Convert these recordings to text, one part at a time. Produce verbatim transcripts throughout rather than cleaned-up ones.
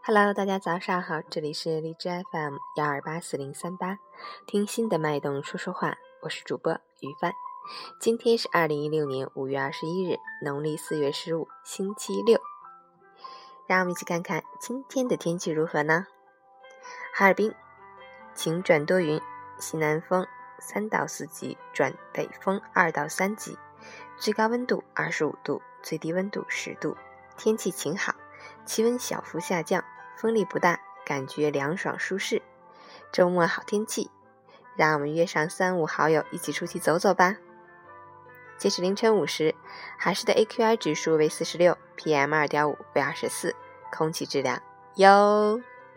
Hello， 大家早上好，这里是荔枝 F M 幺二八四零三八，听心的脉动说说话，我是主播于帆。今天是二零一六年五月二十一日，农历四月十五，星期六。让我们一起看看今天的天气如何呢？哈尔滨晴转多云，西南风三到四级转北风二到三级，最高温度二十五度，最低温度十度，天气晴好，气温小幅下降，风力不大，感觉凉爽舒适。周末好天气，让我们约上三五好友一起出去走走吧。截止凌晨五时，海市的 A Q I 指数为四十六 ，P M 二点五 为二十四，空气质量优。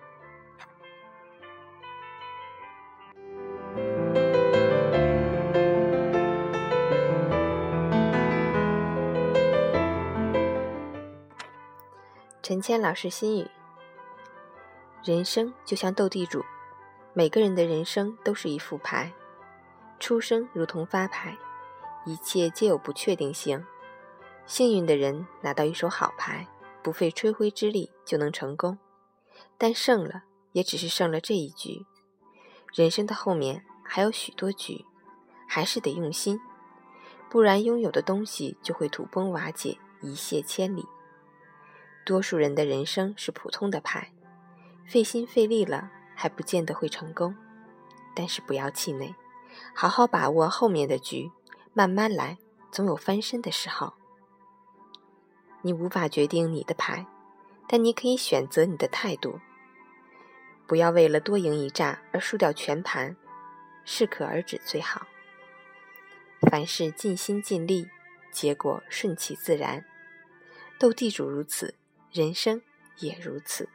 陈谦老师心语：人生就像斗地主，每个人的人生都是一副牌，出生如同发牌，一切皆有不确定性。幸运的人拿到一手好牌，不费吹灰之力就能成功，但胜了也只是胜了这一局。人生的后面还有许多局，还是得用心，不然拥有的东西就会土崩瓦解，一泻千里。多数人的人生是普通的牌，费心费力了还不见得会成功，但是不要气馁，好好把握后面的局，慢慢来，总有翻身的时候。你无法决定你的牌，但你可以选择你的态度。不要为了多赢一仗而输掉全盘，适可而止最好。凡事尽心尽力，结果顺其自然。斗地主如此，人生也如此。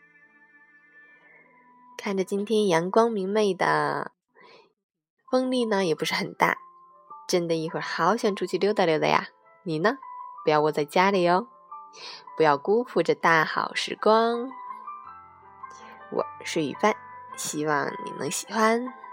看着今天阳光明媚的，风力呢也不是很大，真的一会儿好想出去溜达溜达呀。你呢？不要窝在家里哦，不要辜负这大好时光。我是雨帆，希望你能喜欢。